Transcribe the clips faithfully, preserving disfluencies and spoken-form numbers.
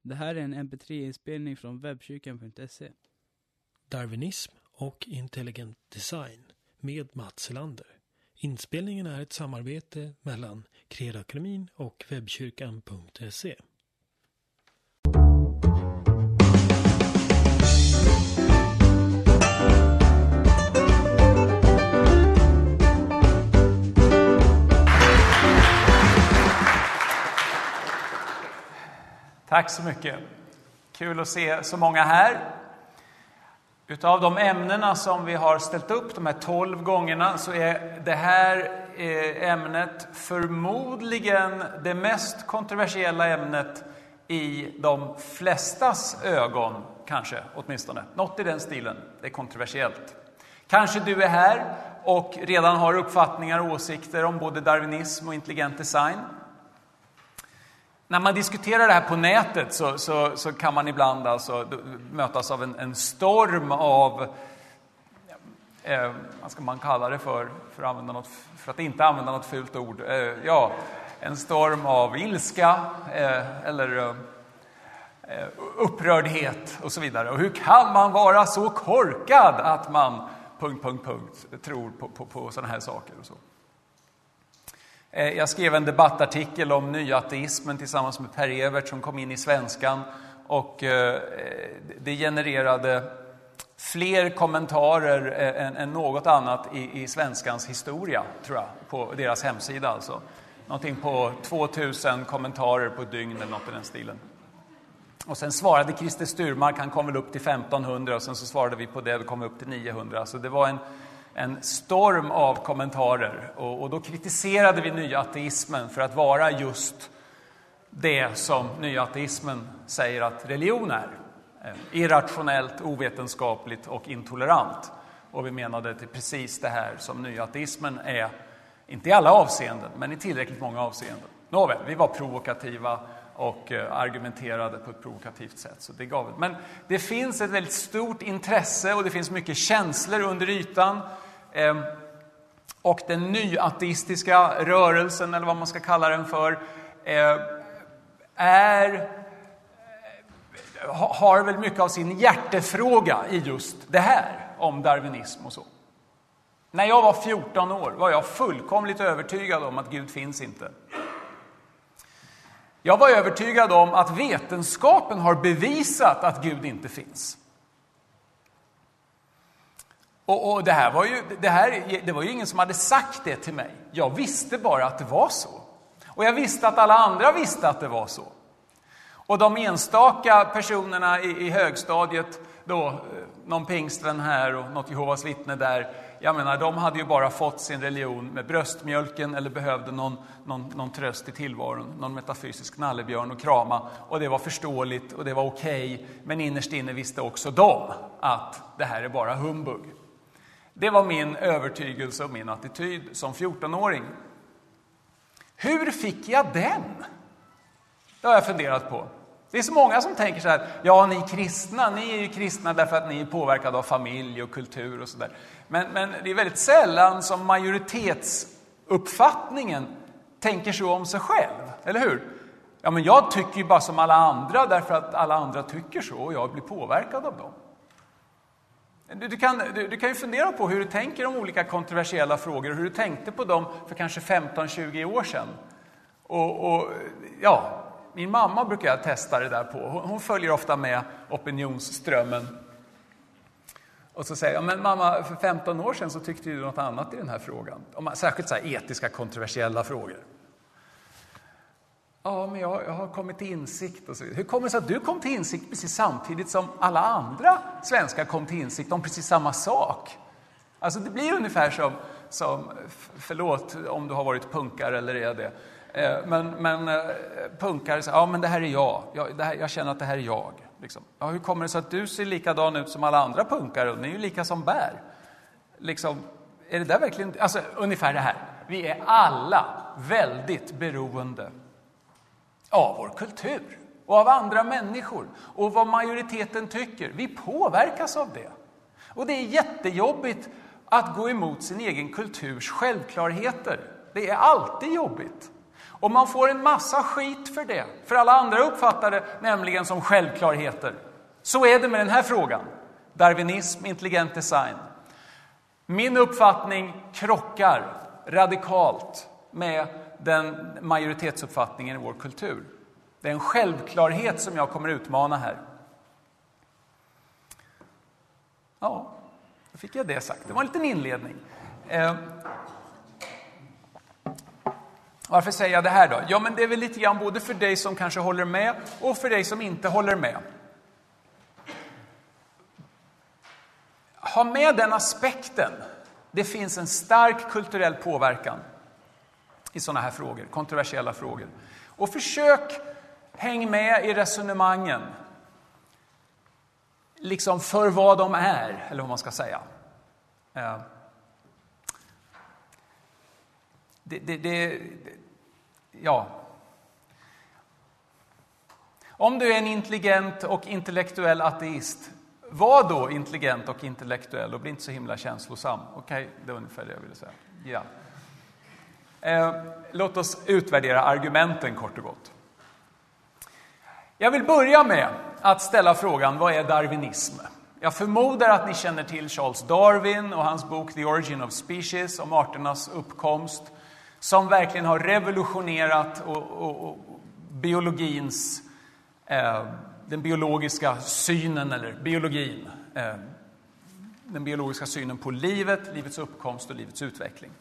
Det här är en M P tre-inspelning från webbkyrkan punkt se. Darwinism och intelligent design med Mats Lander. Inspelningen är ett samarbete mellan Credoakademin och webbkyrkan punkt se. Tack så mycket. Kul att se så många här. Utav de ämnena som vi har ställt upp de här tolv gångerna så är det här ämnet förmodligen det mest kontroversiella ämnet i de flestas ögon, kanske åtminstone. Något i den stilen, det är kontroversiellt. Kanske du är här och redan har uppfattningar och åsikter om både darwinism och intelligent design. När man diskuterar det här på nätet så, så, så kan man ibland alltså mötas av en, en storm av, eh, vad ska man kalla det för, för att, använda något, för att inte använda något fult ord. Eh, ja, en storm av ilska eh, eller eh, upprördhet och så vidare. Och hur kan man vara så korkad att man punkt, punkt, punkt, tror på, på, på sådana här saker och så. Jag skrev en debattartikel om nyateismen tillsammans med Per Evert som kom in i Svenskan. Och det genererade fler kommentarer än, än något annat i, i Svenskans historia, tror jag, på deras hemsida. Alltså. Någonting på tvåtusen kommentarer på ett dygn eller något i den stilen. Och sen svarade Christer Sturmark, han kom väl upp till femtonhundra och sen så svarade vi på det och kom upp till niohundra. Så det var en... En storm av kommentarer och, och då kritiserade vi nyateismen för att vara just det som nyateismen säger att religion är. Irrationellt, ovetenskapligt och intolerant. Och vi menade att det är precis det här som nyateismen är, inte i alla avseenden men i tillräckligt många avseenden. Nåväl, vi var provokativa och argumenterade på ett provokativt sätt. Så det gav. Men det finns ett väldigt stort intresse och det finns mycket känslor under ytan. Och den nyateistiska rörelsen, eller vad man ska kalla den för, är, har väl mycket av sin hjärtefråga i just det här om darwinism och så. När jag var fjorton år var jag fullkomligt övertygad om att Gud finns inte. Jag var övertygad om att vetenskapen har bevisat att Gud inte finns. Och, och det här var ju, det här, det var ju ingen som hade sagt det till mig. Jag visste bara att det var så. Och jag visste att alla andra visste att det var så. Och de enstaka personerna i, i högstadiet, då, någon pingstvän här och något Jehovas vittne där, jag menar, de hade ju bara fått sin religion med bröstmjölken eller behövde någon, någon, någon tröst i tillvaron, någon metafysisk nallebjörn och krama. Och det var förståeligt och det var okej, men innerst inne visste också de att det här är bara humbug. Det var min övertygelse och min attityd som fjortonåring. Hur fick jag den? Det har jag funderat på. Det är så många som tänker så här, ja, ni kristna, ni är ju kristna därför att ni är påverkade av familj och kultur och sådär. Men, men det är väldigt sällan som majoritetsuppfattningen tänker så om sig själv, eller hur? Ja, men jag tycker ju bara som alla andra därför att alla andra tycker så och jag blir påverkad av dem. Du, du, kan, du, du kan ju fundera på hur du tänker om olika kontroversiella frågor och hur du tänkte på dem för kanske femton tjugo år sedan. Och, och ja... Min mamma brukar jag testa det där på. Hon, hon följer ofta med opinionsströmmen. Och så säger jag, men mamma, för femton år sedan så tyckte du något annat i den här frågan. Om, särskilt så här etiska, kontroversiella frågor. Ja, men jag, jag har kommit till insikt och så vidare. Hur kommer det sig att du kom till insikt precis samtidigt som alla andra svenskar kom till insikt om precis samma sak? Alltså det blir ungefär som, som förlåt om du har varit punkare eller är det. Men, men punkare säger, ja men det här är jag. Jag, det här, jag känner att det här är jag. Liksom. Ja, hur kommer det sig att du ser likadan ut som alla andra punkare? Ni är ju lika som bär. Liksom, är det där verkligen, alltså ungefär det här. Vi är alla väldigt beroende av vår kultur och av andra människor och vad majoriteten tycker. Vi påverkas av det. Och det är jättejobbigt att gå emot sin egen kulturs självklarheter. Det är alltid jobbigt. Och man får en massa skit för det. För alla andra uppfattar det nämligen som självklarheter. Så är det med den här frågan. Darwinism, intelligent design. Min uppfattning krockar radikalt med den majoritetsuppfattningen i vår kultur. Det är en självklarhet som jag kommer utmana här. Ja, då fick jag det sagt. Det var en liten inledning. Eh, varför säger jag det här då? Ja, men det är väl lite grann både för dig som kanske håller med och för dig som inte håller med. Ha med den aspekten. Det finns en stark kulturell påverkan i sådana här frågor, kontroversiella frågor. Och försök häng med i resonemangen. Liksom för vad de är, eller vad man ska säga. Det, det, det, ja. Om du är en intelligent och intellektuell ateist, var då intelligent och intellektuell och bli inte så himla känslosam. Okej, okay, det är ungefär det jag ville säga. Ja. Eh, låt oss utvärdera argumenten kort och gott. Jag vill börja med att ställa frågan, vad är darwinism? Jag förmodar att ni känner till Charles Darwin och hans bok The Origin of Species om arternas uppkomst, som verkligen har revolutionerat och, och, och biologins, eh, den biologiska synen, eller biologin, eh, den biologiska synen på livet, livets uppkomst och livets utveckling.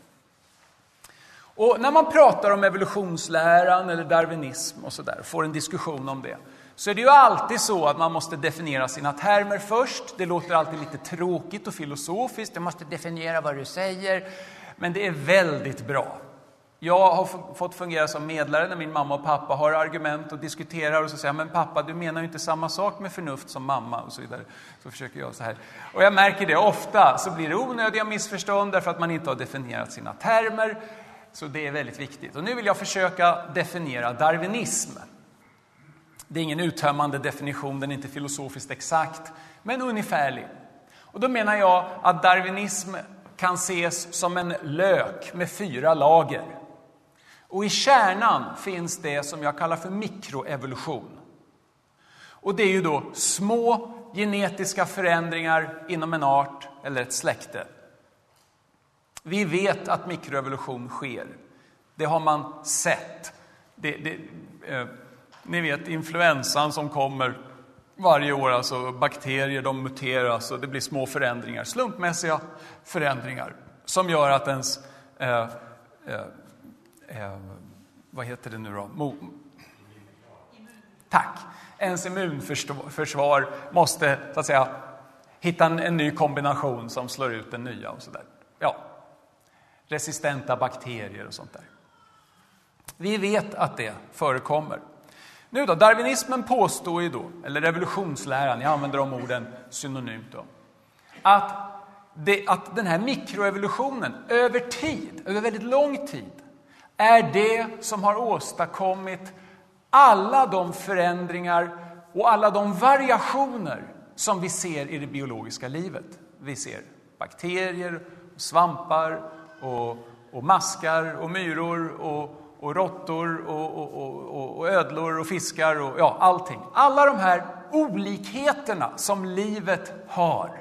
Och när man pratar om evolutionsläran eller darwinism och så där, får en diskussion om det, så är det ju alltid så att man måste definiera sina termer först. Det låter alltid lite tråkigt och filosofiskt. Du måste definiera vad du säger. Men det är väldigt bra. Jag har fått fungera som medlare när min mamma och pappa har argument och diskuterar. Och så säger jag, men pappa, du menar ju inte samma sak med förnuft som mamma och så vidare. Så försöker jag så här. Och jag märker det ofta, så blir det onödiga missförstånd därför att man inte har definierat sina termer. Så det är väldigt viktigt. Och nu vill jag försöka definiera darwinism. Det är ingen uttömmande definition, den är inte filosofiskt exakt, men ungefärlig. Och då menar jag att darwinism kan ses som en lök med fyra lager. Och i kärnan finns det som jag kallar för mikroevolution. Och det är ju då små genetiska förändringar inom en art eller ett släkte. Vi vet att mikroevolution sker. Det har man sett. Det, det, eh, ni vet influensan som kommer varje år. Alltså bakterier, de muteras och det blir små förändringar. Slumpmässiga förändringar. Som gör att ens... Eh, eh, eh, vad heter det nu då? Mo- Tack. Ens immunförsvar måste så att säga hitta en, en ny kombination som slår ut den nya och så där. Ja. Resistenta bakterier och sånt där. Vi vet att det förekommer. Nu då, darwinismen påstår ju då, eller revolutionsläran, jag använder de orden synonymt då, att, det, att den här mikroevolutionen över tid, över väldigt lång tid, är det som har åstadkommit alla de förändringar och alla de variationer som vi ser i det biologiska livet. Vi ser bakterier, svampar, Och, och maskar och myror och, och råttor och, och, och, och ödlor och fiskar och ja, allting. Alla de här olikheterna som livet har.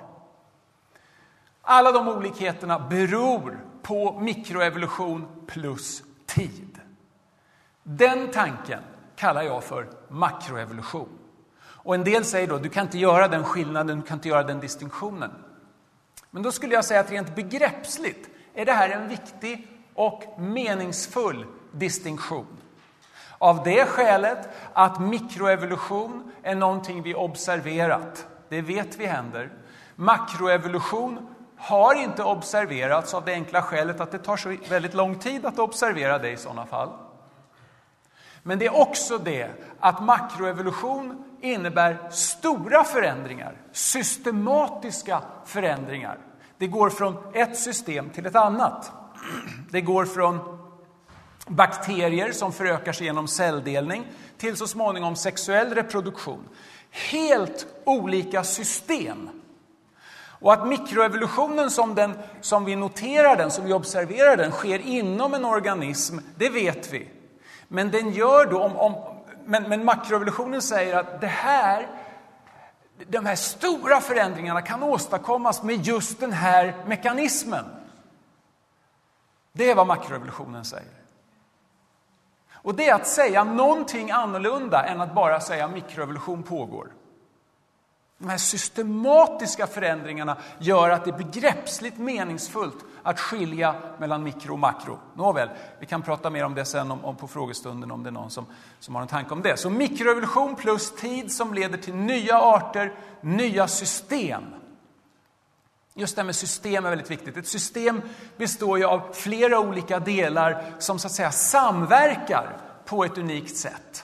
Alla de olikheterna beror på mikroevolution plus tid. Den tanken kallar jag för makroevolution. Och en del säger då, du kan inte göra den skillnaden, du kan inte göra den distinktionen. Men då skulle jag säga att rent begreppsligt är det här en viktig och meningsfull distinktion. Av det skälet att mikroevolution är någonting vi observerat. Det vet vi händer. Makroevolution har inte observerats av det enkla skälet att det tar så väldigt lång tid att observera det i sådana fall. Men det är också det att makroevolution innebär stora förändringar, systematiska förändringar. Det går från ett system till ett annat. Det går från bakterier som förökar sig genom celldelning till så småningom sexuell reproduktion. Helt olika system. Och att mikroevolutionen som, den, som vi noterar den, som vi observerar den, sker inom en organism, det vet vi. Men den gör då, om, om, men, men makroevolutionen säger att det här, de här stora förändringarna kan åstadkommas med just den här mekanismen. Det är vad makroevolutionen säger. Och det är att säga någonting annorlunda än att bara säga mikroevolution pågår. De här systematiska förändringarna gör att det är begreppsligt meningsfullt att skilja mellan mikro och makro. Nåväl, vi kan prata mer om det sen om, om på frågestunden om det är någon som, som har en tanke om det. Så mikroevolution plus tid som leder till nya arter, nya system. Just det med system är väldigt viktigt. Ett system består ju av flera olika delar som så att säga samverkar på ett unikt sätt.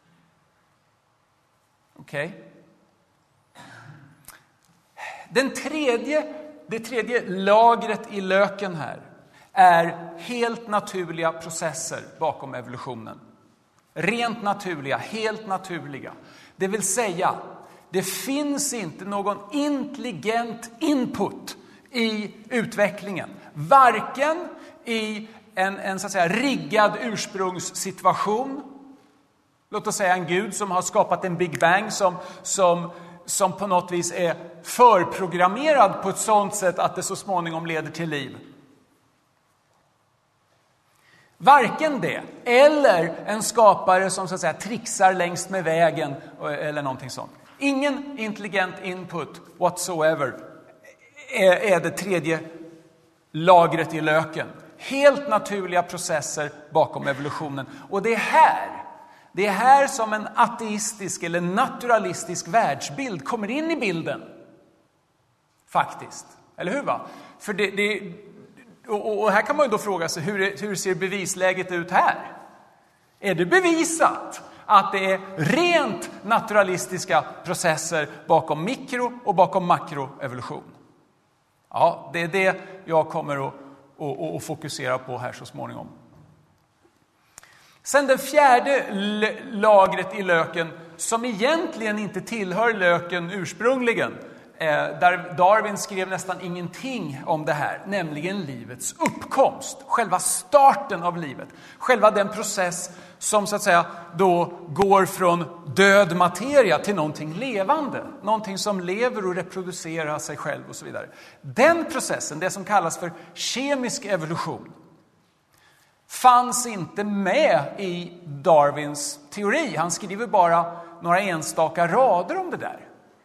Okej? Okay? Den tredje, det tredje lagret i löken här är helt naturliga processer bakom evolutionen. Rent naturliga, helt naturliga. Det vill säga, det finns inte någon intelligent input i utvecklingen. Varken i en, en så att säga riggad ursprungssituation. Låt oss säga en gud som har skapat en Big Bang som, som, som på något vis är förprogrammerad på ett sådant sätt att det så småningom leder till liv. Varken det eller en skapare som så att säga trixar längst med vägen eller någonting sånt. Ingen intelligent input whatsoever är, är det tredje lagret i löken. Helt naturliga processer bakom evolutionen. Och det är här, det är här som en ateistisk eller naturalistisk världsbild kommer in i bilden. Faktiskt. Eller hur va? För det, det, och, och här kan man ju då fråga sig, hur, hur ser bevisläget ut här? Är det bevisat att det är rent naturalistiska processer bakom mikro- och bakom makroevolution? Ja, det är det jag kommer att, att, att fokusera på här så småningom. Sen det fjärde lagret i löken, som egentligen inte tillhör löken ursprungligen, där Darwin skrev nästan ingenting om det här, nämligen livets uppkomst, själva starten av livet, själva den process som så att säga då går från död materia till någonting levande, någonting som lever och reproducerar sig själv och så vidare. Den processen, det som kallas för kemisk evolution, fanns inte med i Darwins teori. Han skriver bara några enstaka rader om det där.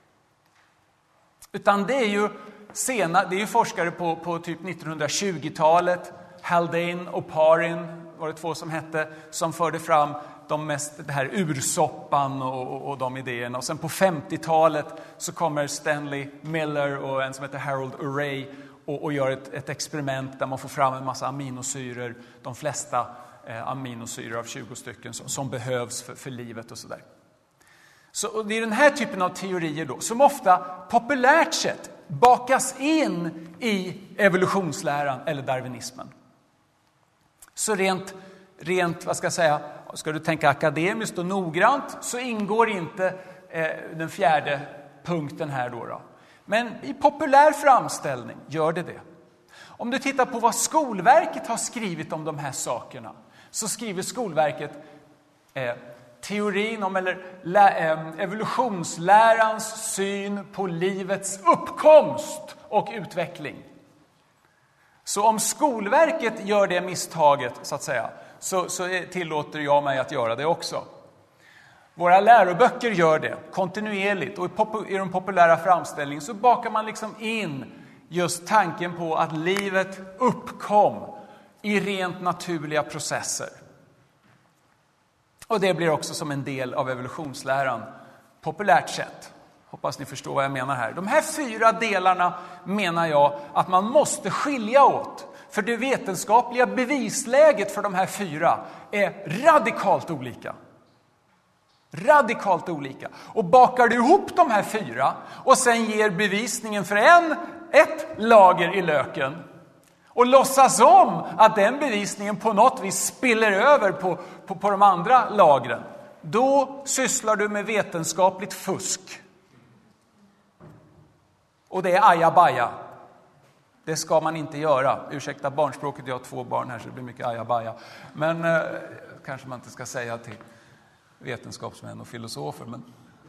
Utan det är ju sena, det är ju forskare på, på typ nittonhundratjugotalet, Haldane och Parrin var det två som hette, som förde fram de mest, det här ursoppan och, och, och de idéerna. Och sen på femtiotalet så kommer Stanley Miller och en som heter Harold Urey och, och gör ett, ett experiment där man får fram en massa aminosyror, de flesta eh, aminosyror av tjugo stycken som, som behövs för, för livet och sådär. Så det är den här typen av teorier då, som ofta populärt sett bakas in i evolutionsläran eller darwinismen. Så rent, rent vad ska jag säga, ska du tänka akademiskt och noggrant, så ingår inte eh, den fjärde punkten här då, då. Men i populär framställning gör det det. Om du tittar på vad Skolverket har skrivit om de här sakerna, så skriver Skolverket eh, teorin om eller lä, eh, evolutionslärans syn på livets uppkomst och utveckling. Så om Skolverket gör det misstaget så att säga, så, så tillåter jag mig att göra det också. Våra läroböcker gör det kontinuerligt, och i, pop- i de populära framställningen så bakar man liksom in just tanken på att livet uppkom i rent naturliga processer. Och det blir också som en del av evolutionsläran populärt sett. Hoppas ni förstår vad jag menar här. De här fyra delarna menar jag att man måste skilja åt. För det vetenskapliga bevisläget för de här fyra är radikalt olika. Radikalt olika. Och bakar du ihop de här fyra och sen ger bevisningen för en, ett lager i löken och låtsas om att den bevisningen på något vis spiller över på, på, på de andra lagren, då sysslar du med vetenskapligt fusk. Och det är ajabaja. Det ska man inte göra. Ursäkta barnspråket, jag har två barn här så det blir mycket ajabaja. Men eh, kanske man inte ska säga till vetenskapsmän och filosofer, men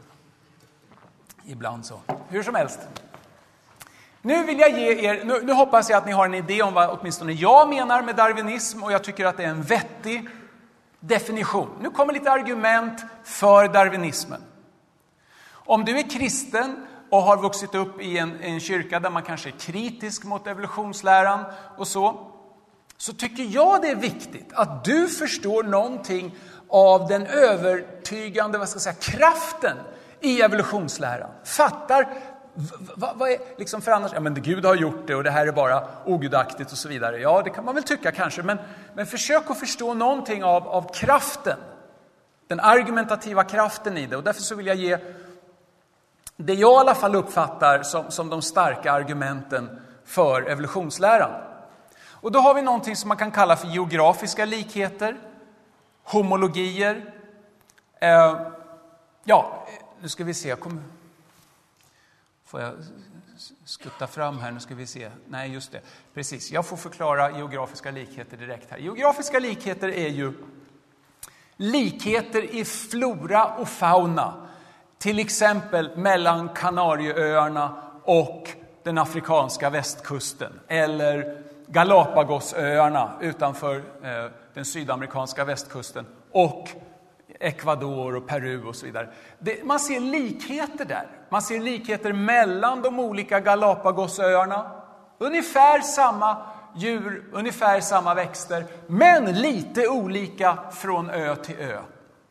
ibland så. Hur som helst. Nu vill jag ge er, nu, nu hoppas jag att ni har en idé om vad åtminstone jag menar med darwinism, och jag tycker att det är en vettig definition. Nu kommer lite argument för darwinismen. Om du är kristen och har vuxit upp i en, en kyrka där man kanske är kritisk mot evolutionsläran och så, så tycker jag det är viktigt att du förstår någonting av den övertygande, vad ska jag säga, kraften i evolutionsläran. Fattar vad, vad är liksom, för annars, ja men Gud har gjort det och det här är bara ogudaktigt och så vidare. Ja, det kan man väl tycka kanske, men, men försök att förstå någonting av, av kraften, den argumentativa kraften i det. Och därför så vill jag ge det jag i alla fall uppfattar som, som de starka argumenten för evolutionsläran. Och då har vi någonting som man kan kalla för geografiska likheter, homologier. Eh, ja, nu ska vi se. Kom, får jag skutta fram här? Nu ska vi se. Nej, just det. Precis, jag får förklara geografiska likheter direkt här. Geografiska likheter är ju likheter i flora och fauna. Till exempel mellan Kanarieöarna och den afrikanska västkusten. Eller Galapagosöarna utanför eh, den sydamerikanska västkusten. Och Ecuador och Peru och så vidare. Det, man ser likheter där. Man ser likheter mellan de olika Galapagosöarna. Ungefär samma djur, ungefär samma växter. Men lite olika från ö till ö.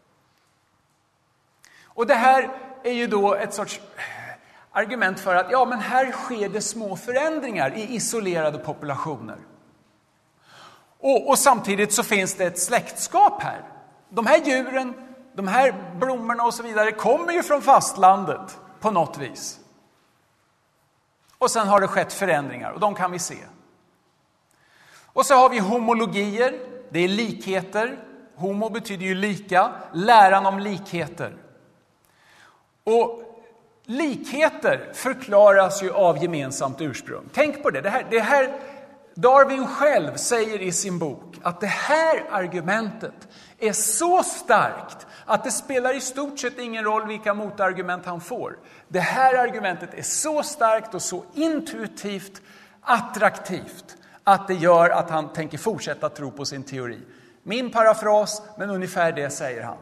Och det här är ju då ett sorts argument för att ja, men här sker det små förändringar i isolerade populationer. Och, och samtidigt så finns det ett släktskap här. De här djuren, de här blommorna och så vidare kommer ju från fastlandet på något vis. Och sen har det skett förändringar och de kan vi se. Och så har vi homologier, det är likheter. Homo betyder ju lika, läran om likheter. Och likheter förklaras ju av gemensamt ursprung. Tänk på det. Det här, det här Darwin själv säger i sin bok att det här argumentet är så starkt att det spelar i stort sett ingen roll vilka motargument han får. Det här argumentet är så starkt och så intuitivt attraktivt att det gör att han tänker fortsätta tro på sin teori. Min parafras, men ungefär det säger han.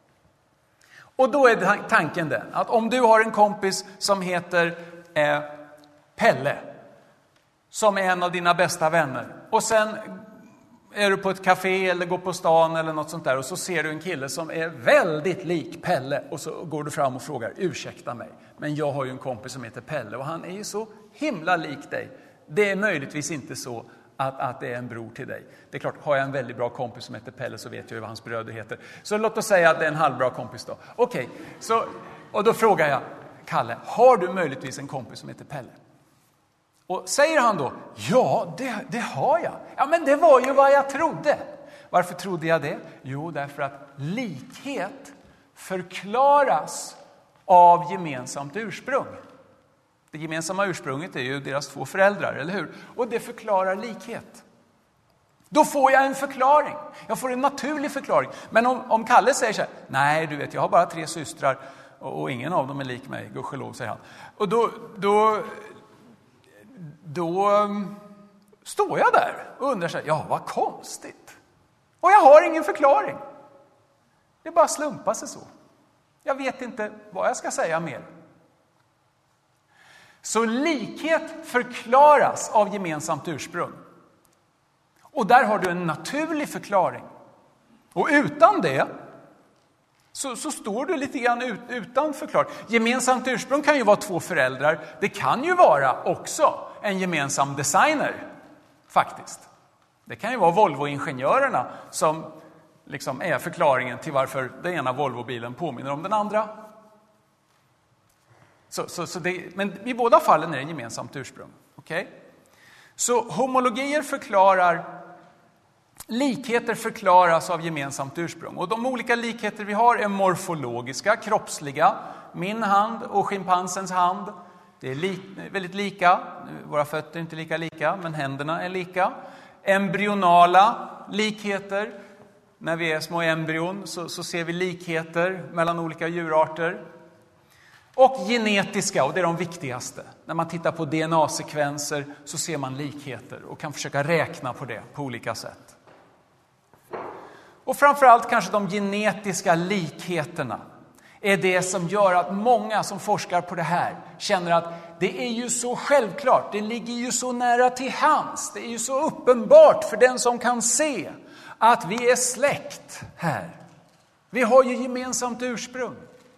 Och då är tanken den att om du har en kompis som heter eh, Pelle, som är en av dina bästa vänner, och sen är du på ett café eller går på stan eller något sånt där och så ser du en kille som är väldigt lik Pelle och så går du fram och frågar, ursäkta mig, men jag har ju en kompis som heter Pelle och han är ju så himla lik dig. Det är möjligtvis inte så att, att det är en bror till dig. Det är klart, har jag en väldigt bra kompis som heter Pelle så vet jag ju vad hans bröder heter. Så låt oss säga att det är en halvbra kompis då. Okej, så, och då frågar jag Kalle, har du möjligtvis en kompis som heter Pelle? Och säger han då, ja det, det har jag. Ja men det var ju vad jag trodde. Varför trodde jag det? Jo, därför att likhet förklaras av gemensamt ursprung. Det gemensamma ursprunget är ju deras två föräldrar, eller hur? Och det förklarar likhet. Då får jag en förklaring. Jag får en naturlig förklaring. Men om, om Kalle säger så här, nej du vet jag har bara tre systrar och, och ingen av dem är lik mig, gudskelov, säger han. Och då, då, då står jag där och undrar så här, ja vad konstigt. Och jag har ingen förklaring. Det bara slumpar sig så. Jag vet inte vad jag ska säga mer. Så likhet förklaras av gemensamt ursprung. Och där har du en naturlig förklaring. Och utan det så, så står du lite grann ut, utan förklaring. Gemensamt ursprung kan ju vara två föräldrar. Det kan ju vara också en gemensam designer faktiskt. Det kan ju vara Volvo-ingenjörerna som liksom är förklaringen till varför den ena Volvo-bilen påminner om den andra. Så, så, så det, men i båda fallen är det gemensamt ursprung. Okay? Så homologier förklarar, likheter förklaras av gemensamt ursprung. Och de olika likheter vi har är morfologiska, kroppsliga. Min hand och schimpansens hand, det är li, väldigt lika. Våra fötter är inte lika lika, men händerna är lika. Embryonala likheter. När vi är små embryon så, så ser vi likheter mellan olika djurarter. Och genetiska, och det är de viktigaste. När man tittar på D N A-sekvenser så ser man likheter och kan försöka räkna på det på olika sätt. Och framförallt kanske de genetiska likheterna är det som gör att många som forskar på det här känner att det är ju så självklart, det ligger ju så nära till hands, det är ju så uppenbart för den som kan se att vi är släkt här. Vi har ju gemensamt ursprung.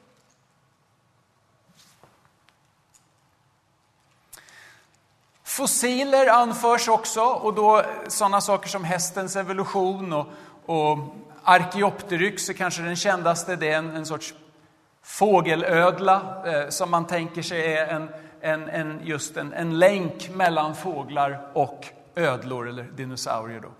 Fossiler anförs också, och då sådana saker som hästens evolution och, och Archaeopteryx är kanske den kändaste. Det är en, en sorts fågelödla eh, som man tänker sig är en, en, en, just en, en länk mellan fåglar och ödlor eller dinosaurier då.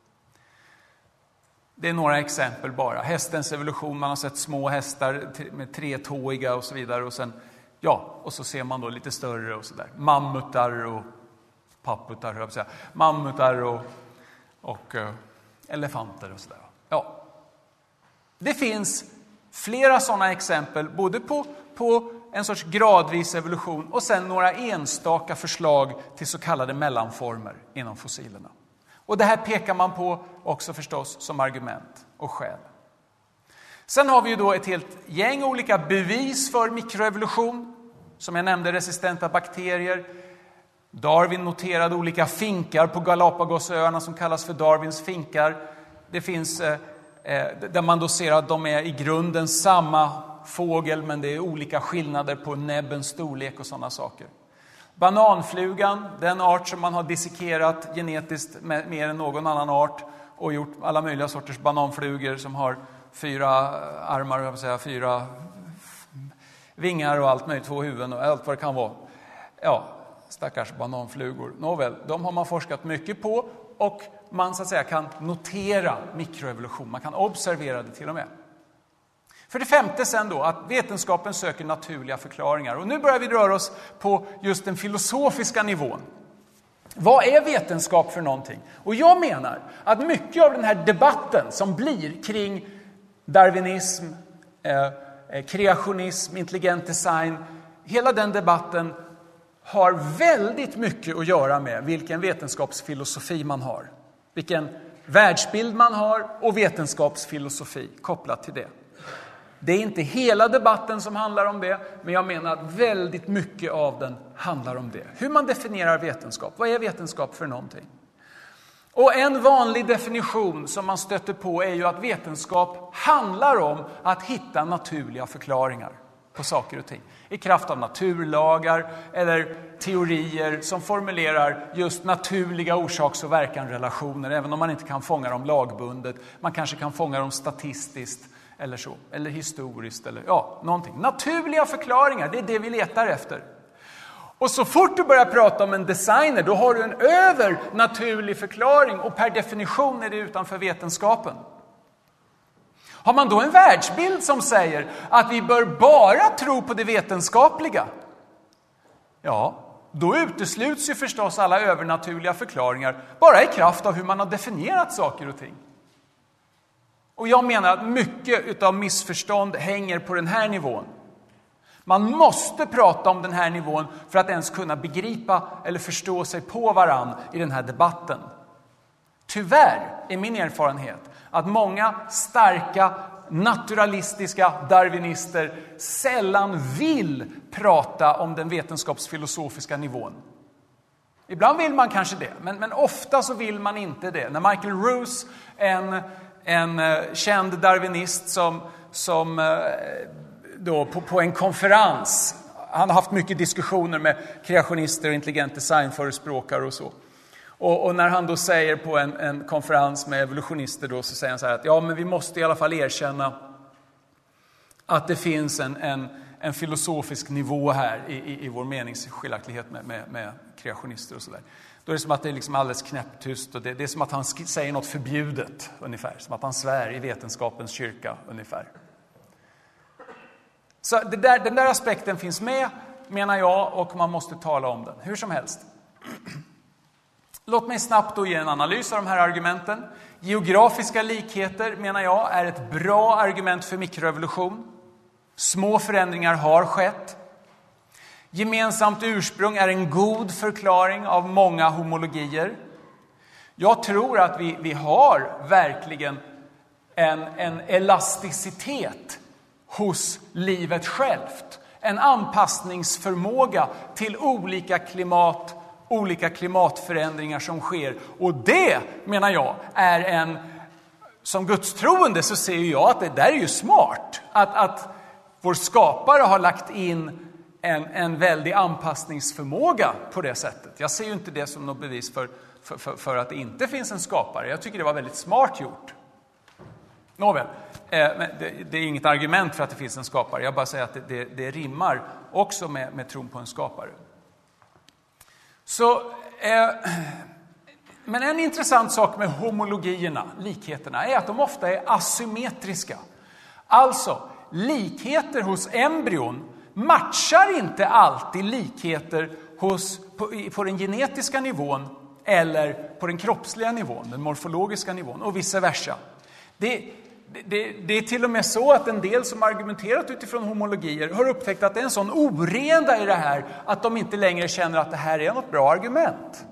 Det är några exempel bara. Hästens evolution, man har sett små hästar med tretåiga och så vidare. Och sen, ja, och så ser man då lite större och sådär. Mammutar och papputar, höll jag på att säga. Mammutar och, och uh, elefanter och sådär. Ja. Det finns flera sådana exempel, både på, på en sorts gradvis evolution och sen några enstaka förslag till så kallade mellanformer inom fossilerna. Och det här pekar man på också förstås som argument och skäl. Sen har vi ju då ett helt gäng olika bevis för mikroevolution. Som jag nämnde, resistenta bakterier. Darwin noterade olika finkar på Galapagosöarna som kallas för Darwins finkar. Det finns eh, där man då ser att de är i grunden samma fågel, men det är olika skillnader på näbbens storlek och sådana saker. Bananflugan, den art som man har dissekerat genetiskt med, mer än någon annan art och gjort alla möjliga sorters bananflugor som har fyra armar, jag vill säga, fyra vingar och allt möjligt, två huvuden och allt vad det kan vara. Ja, stackars bananflugor. Nåväl, de har man forskat mycket på och man så att säga kan notera mikroevolution. Man kan observera det till och med. För det femte sen då, att vetenskapen söker naturliga förklaringar. Och nu börjar vi röra oss på just den filosofiska nivån. Vad är vetenskap för någonting? Och jag menar att mycket av den här debatten som blir kring darwinism, eh, kreationism, intelligent design, hela den debatten har väldigt mycket att göra med vilken vetenskapsfilosofi man har. Vilken världsbild man har och vetenskapsfilosofi kopplat till det. Det är inte hela debatten som handlar om det, men jag menar att väldigt mycket av den handlar om det. Hur man definierar vetenskap. Vad är vetenskap för någonting? Och en vanlig definition som man stöter på är ju att vetenskap handlar om att hitta naturliga förklaringar på saker och ting. I kraft av naturlagar eller teorier som formulerar just naturliga orsaks- och verkanrelationer, även om man inte kan fånga dem lagbundet. Man kanske kan fånga dem statistiskt eller så, eller historiskt eller ja, någonting. Naturliga förklaringar, det är det vi letar efter. Och så fort du börjar prata om en designer, då har du en övernaturlig förklaring och per definition är det utanför vetenskapen. Har man då en världsbild som säger att vi bör bara tro på det vetenskapliga? Ja, då utesluts ju förstås alla övernaturliga förklaringar bara i kraft av hur man har definierat saker och ting. Och jag menar att mycket av missförstånd hänger på den här nivån. Man måste prata om den här nivån för att ens kunna begripa eller förstå sig på varann i den här debatten. Tyvärr är min erfarenhet att många starka, naturalistiska darwinister sällan vill prata om den vetenskapsfilosofiska nivån. Ibland vill man kanske det, men, men ofta så vill man inte det. När Michael Ruse, en, en uh, känd darwinist som, som uh, då på, på en konferens, han har haft mycket diskussioner med kreationister och intelligent designförespråkare och så. Och, och när han då säger på en, en konferens med evolutionister då, så säger han så här att ja, men vi måste i alla fall erkänna att det finns en, en, en filosofisk nivå här i, i, i vår meningsskiljaktighet med, med, med kreationister och så där. Då är det som att det är liksom alldeles knäpptyst och det, det är som att han säger något förbjudet ungefär. Som att han svär i vetenskapens kyrka ungefär. Så det där, den där aspekten finns med, menar jag, och man måste tala om den. Hur som helst. Låt mig snabbt då ge en analys av de här argumenten. Geografiska likheter, menar jag, är ett bra argument för mikroevolution. Små förändringar har skett. Gemensamt ursprung är en god förklaring av många homologier. Jag tror att vi, vi har verkligen en, en elasticitet hos livet självt. En anpassningsförmåga till olika klimat, olika klimatförändringar som sker. Och det, menar jag, är en... Som gudstroende så ser jag att det där är ju smart. Att, att vår skapare har lagt in en, en väldig anpassningsförmåga på det sättet. Jag ser ju inte det som något bevis för, för, för, för att det inte finns en skapare. Jag tycker det var väldigt smart gjort. Nåväl, eh, men det, det är inget argument för att det finns en skapare. Jag bara säger att det, det, det rimmar också med, med tron på en skapare. Så, eh, men en intressant sak med homologierna, likheterna, är att de ofta är asymmetriska. Alltså, likheter hos embryon matchar inte alltid likheter hos, på, på den genetiska nivån eller på den kroppsliga nivån, den morfologiska nivån och vice versa. Det, det, det är till och med så att en del som argumenterat utifrån homologier har upptäckt att det är en sån oreda i det här att de inte längre känner att det här är något bra argument.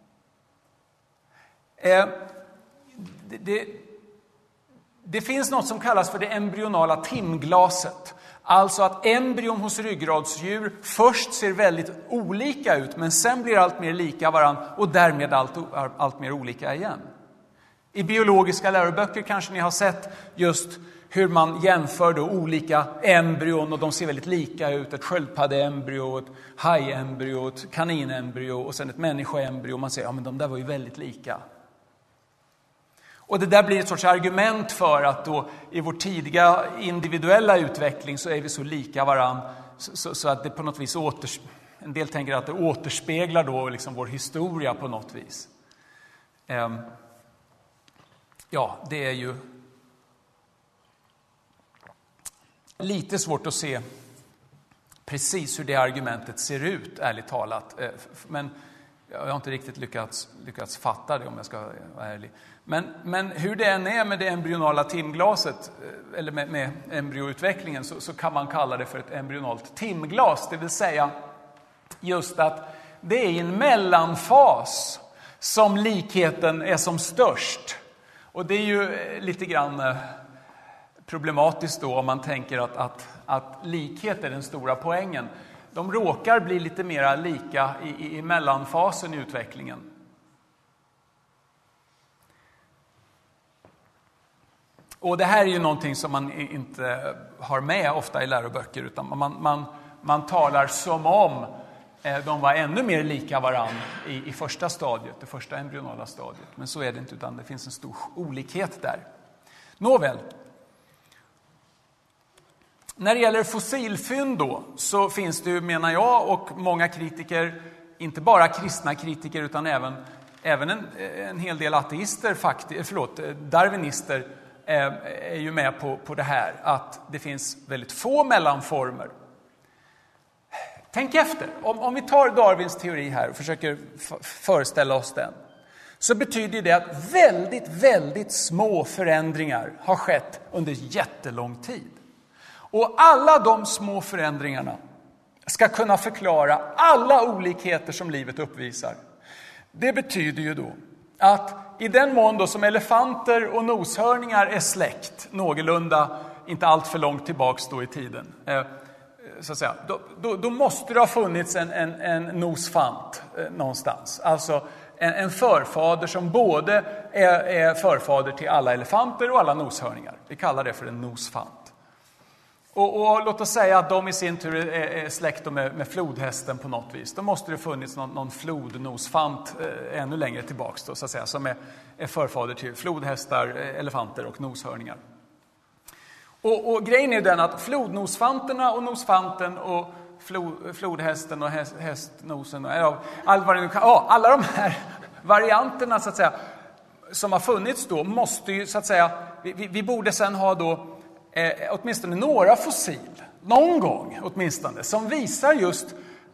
Eh, det, det, det finns något som kallas för det embryonala timglaset. Alltså att embryon hos ryggradsdjur först ser väldigt olika ut men sen blir allt mer lika varann och därmed allt, allt mer olika igen. I biologiska läroböcker kanske ni har sett just hur man jämför då olika embryon och de ser väldigt lika ut. Ett sköldpaddeembryo, ett hajembryo, ett kaninembryo och sen ett människoembryo. Man säger, ja men de där var ju väldigt lika. Och det där blir ett sorts argument för att då i vår tidiga individuella utveckling så är vi så lika varann så, så, så att det på något vis åters... En del tänker att det återspeglar då liksom vår historia på något vis. Um, ja, det är ju lite svårt att se precis hur det argumentet ser ut, ärligt talat. Men jag har inte riktigt lyckats, lyckats fatta det om jag ska vara ärlig. Men, men hur det än är med det embryonala timglaset, eller med, med embryoutvecklingen, så, så kan man kalla det för ett embryonalt timglas. Det vill säga just att det är i en mellanfas som likheten är som störst. Och det är ju lite grann problematiskt då om man tänker att, att, att likhet är den stora poängen. De råkar bli lite mer lika i, i, i mellanfasen i utvecklingen. Och det här är ju någonting som man inte har med ofta i läroböcker, utan man, man, man talar som om de var ännu mer lika varann i, i första stadiet, det första embryonala stadiet. Men så är det inte, utan det finns en stor olikhet där. Nåväl. När det gäller fossilfynd då, så finns det ju, menar jag, och många kritiker, inte bara kristna kritiker utan även, även en, en hel del ateister, faktiskt, förlåt, darwinister, är ju med på, på det här, att det finns väldigt få mellanformer. Tänk efter, om, om vi tar Darwins teori här och försöker f- föreställa oss den, så betyder det att väldigt, väldigt små förändringar har skett under jättelång tid. Och alla de små förändringarna ska kunna förklara alla olikheter som livet uppvisar. Det betyder ju då att i den mån då som elefanter och noshörningar är släkt, någorlunda, inte allt för långt tillbaks då i tiden, eh, så att säga, då, då, då måste det ha funnits en, en, en nosfant eh, någonstans. Alltså en, en förfader som både är, är förfader till alla elefanter och alla noshörningar. Vi kallar det för en nosfant. Och, och låt oss säga att de i sin tur är, är släkt med, med flodhästen på något vis. Då måste det funnits någon, någon flodnosfant eh, ännu längre tillbaks då, så att säga, som är, är förfader till flodhästar, elefanter och noshörningar. Och, och grejen är den att flodnosfanterna och nosfanten och flod, flodhästen och häst, hästnosen och äh, all, vad det nu kan, ja, alla de här varianterna så att säga, som har funnits då måste ju så att säga, vi, vi, vi borde sen ha då Eh, åtminstone några fossil, någon gång åtminstone, som visar just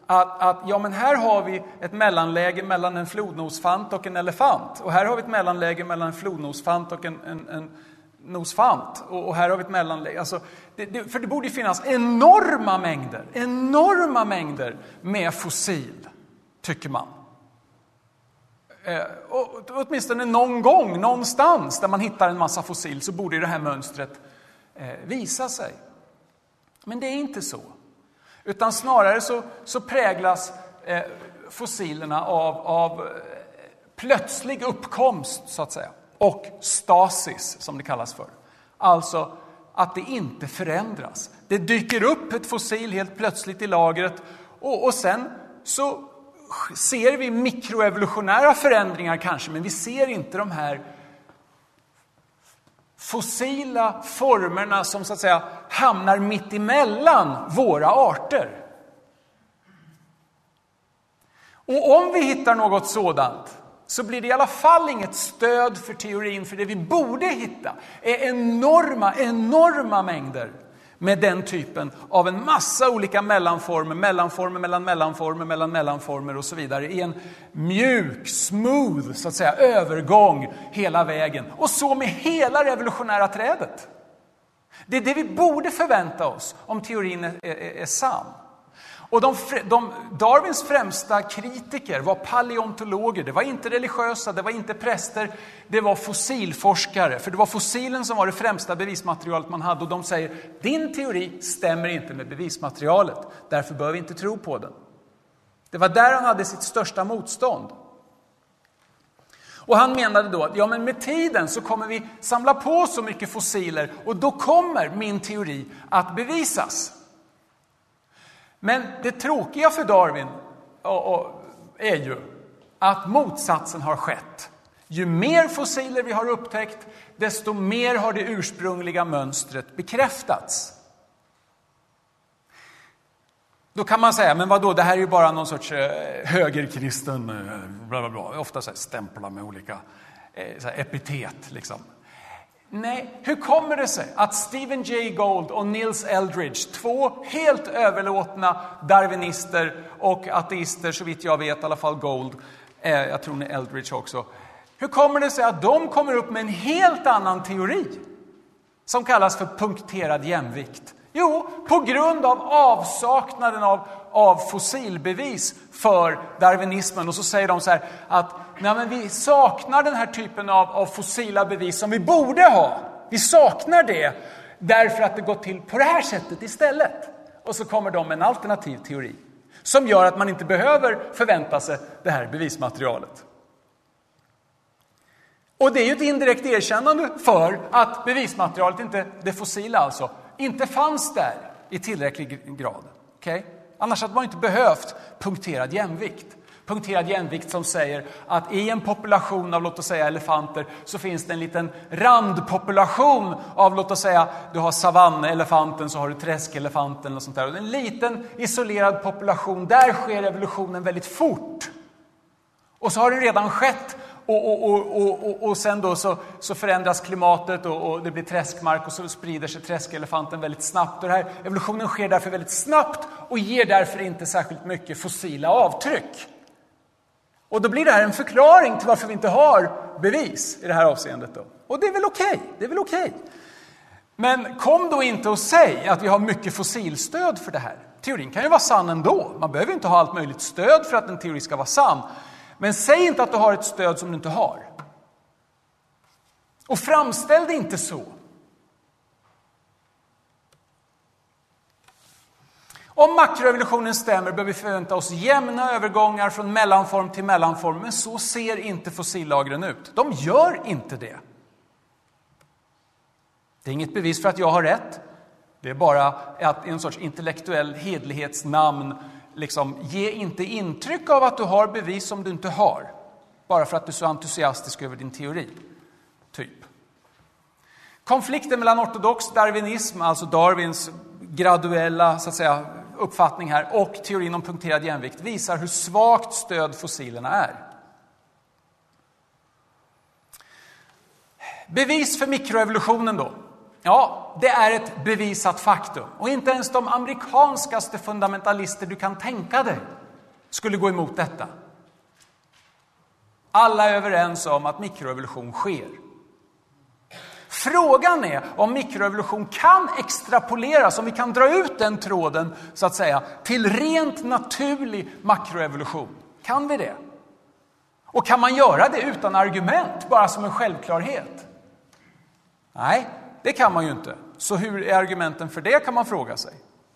att, att ja, men här har vi ett mellanläge mellan en flodnosfant och en elefant. Och här har vi ett mellanläge mellan en flodnosfant och en, en, en nosfant. Och, och här har vi ett mellanläge. Alltså, det, det, för det borde ju finnas enorma mängder, enorma mängder med fossil, tycker man. Eh, och, åtminstone någon gång, någonstans där man hittar en massa fossil, så borde det här mönstret eh, visa sig. Men det är inte så. Utan snarare så, så präglas eh, fossilerna av, av plötslig uppkomst, så att säga. Och stasis, som det kallas för. Alltså att det inte förändras. Det dyker upp ett fossil helt plötsligt i lagret. Och, och sen så ser vi mikroevolutionära förändringar kanske. Men vi ser inte de här fossila formerna som så att säga hamnar mitt emellan våra arter. Och om vi hittar något sådant, så blir det i alla fall inget stöd för teorin, för det vi borde hitta är enorma, enorma mängder med den typen av en massa olika mellanformer, mellanformer mellan mellanformer, mellan mellanformer och så vidare, i en mjuk, smooth, så att säga, övergång hela vägen. Och så med hela revolutionära trädet. Det är det vi borde förvänta oss om teorin är, är, är sann. Och de, de, Darwins främsta kritiker var paleontologer. Det var inte religiösa, det var inte präster, det var fossilforskare. För det var fossilen som var det främsta bevismaterialet man hade. Och de säger, din teori stämmer inte med bevismaterialet. Därför bör vi inte tro på den. Det var där han hade sitt största motstånd. Och han menade då att ja, men med tiden så kommer vi samla på så mycket fossiler. Och då kommer min teori att bevisas. Men det tråkiga för Darwin och, och, är ju att motsatsen har skett. Ju mer fossiler vi har upptäckt, desto mer har det ursprungliga mönstret bekräftats. Då kan man säga, men vadå, det här är ju bara någon sorts eh, högerkristen, eh, bla bla bla. Ofta så här stämplar med olika eh, så här epitet liksom. Nej, hur kommer det sig att Stephen Jay Gould och Niels Eldredge, två helt överlåtna darwinister och ateister, så vitt jag vet, i alla fall Gould, eh, jag tror ni Eldredge också. Hur kommer det sig att de kommer upp med en helt annan teori som kallas för punkterad jämvikt? Jo, på grund av avsaknaden av, av fossilbevis för darwinismen. Och så säger de så här att nej, men vi saknar den här typen av, av fossila bevis som vi borde ha. Vi saknar det därför att det går till på det här sättet istället. Och så kommer de med en alternativ teori som gör att man inte behöver förvänta sig det här bevismaterialet. Och det är ju ett indirekt erkännande för att bevismaterialet, inte det fossila alltså, inte fanns där i tillräcklig grad. Okay? Annars hade man inte behövt punkterad jämvikt. Punkterad jämvikt som säger att i en population av, låt oss säga, elefanter så finns det en liten randpopulation av, låt oss säga, du har savannelefanten, så har du träskelefanten och sånt där. Och en liten isolerad population, där sker evolutionen väldigt fort. Och så har det redan skett. Och, och, och, och, och, och sen då så, så förändras klimatet och, och det blir träskmark och så sprider sig träskelefanten väldigt snabbt. Och den här evolutionen sker därför väldigt snabbt och ger därför inte särskilt mycket fossila avtryck. Och då blir det här en förklaring till varför vi inte har bevis i det här avseendet då. Och det är väl okej, det är väl okej. Men kom då inte och säg att vi har mycket fossilstöd för det här. Teorin kan ju vara sann ändå. Man behöver inte ha allt möjligt stöd för att en teori ska vara sann. Men säg inte att du har ett stöd som du inte har. Och framställ det inte så. Om makroevolutionen stämmer bör vi förvänta oss jämna övergångar från mellanform till mellanform. Men så ser inte fossillagren ut. De gör inte det. Det är inget bevis för att jag har rätt. Det är bara att en sorts intellektuell hedlighetsnamn. Liksom, ge inte intryck av att du har bevis som du inte har. Bara för att du är så entusiastisk över din teori. Typ. Konflikten mellan ortodox darwinism, alltså Darwins graduella, så att säga, uppfattning här, och teorin om punkterad jämvikt visar hur svagt stöd fossilerna är. Bevis för mikroevolutionen då. Ja, det är ett bevisat faktum. Och inte ens de amerikanskaste fundamentalister du kan tänka dig skulle gå emot detta. Alla är överens om att mikroevolution sker. Frågan är om mikroevolution kan extrapoleras, om vi kan dra ut den tråden så att säga till rent naturlig makroevolution. Kan vi det? Och kan man göra det utan argument, bara som en självklarhet? Nej, det kan man ju inte. Så hur är argumenten för det, kan man fråga sig.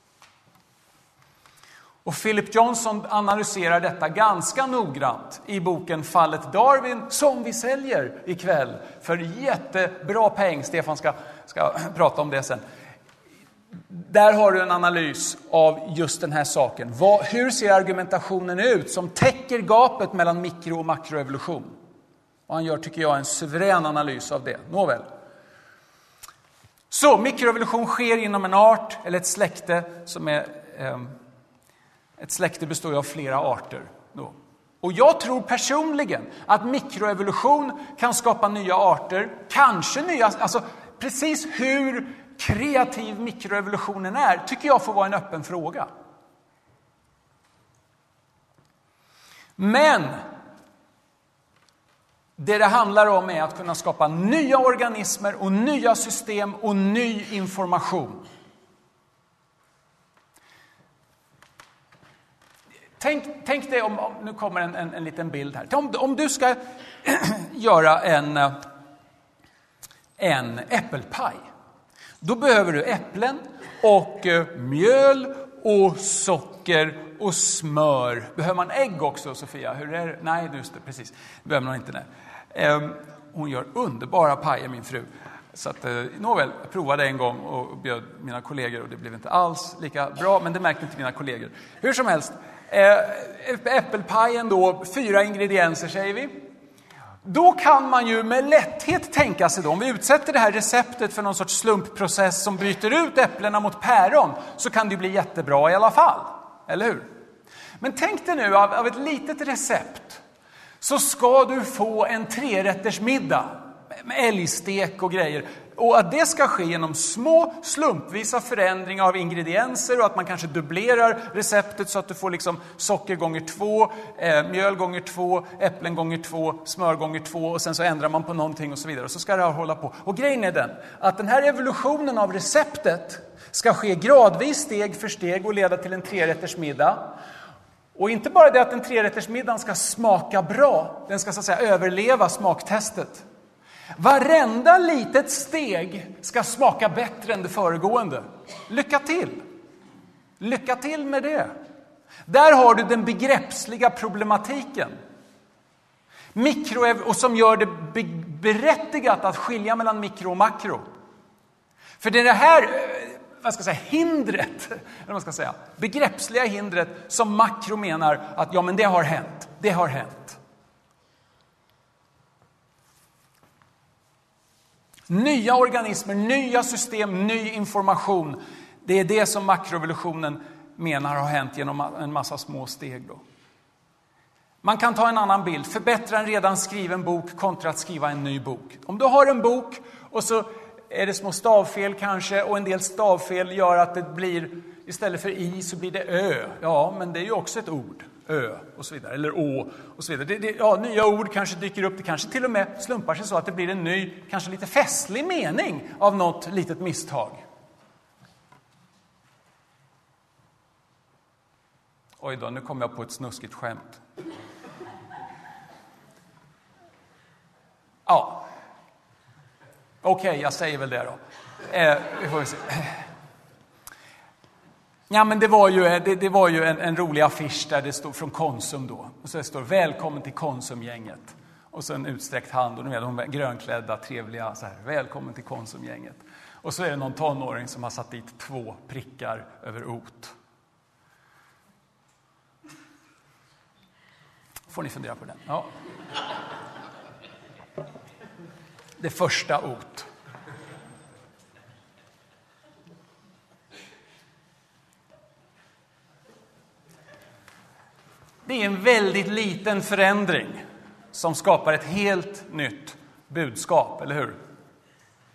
Och Philip Johnson analyserar detta ganska noggrant i boken Fallet Darwin, som vi säljer ikväll för jättebra peng. Stefan ska, ska prata om det sen. Där har du en analys av just den här saken. Vad, hur ser argumentationen ut som täcker gapet mellan mikro- och makroevolution? Och han gör, tycker jag, en suverän analys av det. Nåväl. Så mikroevolution sker inom en art eller ett släkte som är... Eh, Ett släkte består ju av flera arter. Då. Och jag tror personligen att mikroevolution kan skapa nya arter. Kanske nya... Alltså precis hur kreativ mikroevolutionen är tycker jag får vara en öppen fråga. Men det det handlar om är att kunna skapa nya organismer och nya system och ny information. Tänk, tänk dig om, om, nu kommer en, en, en liten bild här. Om, om du ska göra en, en äppelpaj. Då behöver du äpplen och eh, mjöl och socker och smör. Behöver man ägg också, Sofia? Hur är det? Nej, just det, precis. Det behöver man inte. Nej. Eh, hon gör underbara pajer, min fru. Så att, eh, nåväl, jag provade en gång och bjöd mina kollegor och det blev inte alls lika bra, men det märkte inte mina kollegor. Hur som helst, eh, äppelpajen då, fyra ingredienser säger vi. Då kan man ju med lätthet tänka sig då, om vi utsätter det här receptet för någon sorts slumpprocess som byter ut äpplena mot päron, så kan det bli jättebra i alla fall, eller hur? Men tänk dig nu, av, av ett litet recept så ska du få en trerätters middag med älgstek och grejer. Och att det ska ske genom små slumpvisa förändringar av ingredienser och att man kanske dubblerar receptet så att du får liksom socker gånger två, eh, mjöl gånger två, äpplen gånger två, smör gånger två och sen så ändrar man på någonting och så vidare. Och så ska det här hålla på. Och grejen är den att den här evolutionen av receptet ska ske gradvis, steg för steg och leda till en trerätters middag. Och inte bara det att en trerätters middag ska smaka bra, den ska så att säga överleva smaktestet. Varenda litet steg ska smaka bättre än det föregående. Lycka till! Lycka till med det. Där har du den begreppsliga problematiken. Mikro, och som gör det berättigat att skilja mellan mikro och makro. För det är det här, vad ska jag säga, hindret, eller vad ska jag säga, begreppsliga hindret som makro menar att ja, men det har hänt. Det har hänt. Nya organismer, nya system, ny information. Det är det som makroevolutionen menar har hänt genom en massa små steg då. Man kan ta en annan bild. Förbättra en redan skriven bok kontra att skriva en ny bok. Om du har en bok och så är det små stavfel kanske och en del stavfel gör att det blir, istället för i så blir det ö. Ja, men det är ju också ett ord. Ö och så vidare, eller å och så vidare. Det, det, ja, nya ord kanske dyker upp, det kanske till och med slumpar sig så att det blir en ny, kanske lite festlig mening av något litet misstag. Oj då, nu kommer jag på ett snuskigt skämt. Ja. Okej, okay, jag säger väl det då. Eh, vi får se. Ja, men det var ju, det, det var ju en, en rolig affisch där det stod från Konsum då. Och så det står välkommen till Konsumgänget. Och så en utsträckt hand och nu är de grönklädda, trevliga så här. Välkommen till Konsumgänget. Och så är det någon tonåring som har satt dit två prickar över ot. Får ni fundera på den? Ja. Det första ot. Det är en väldigt liten förändring som skapar ett helt nytt budskap, eller hur?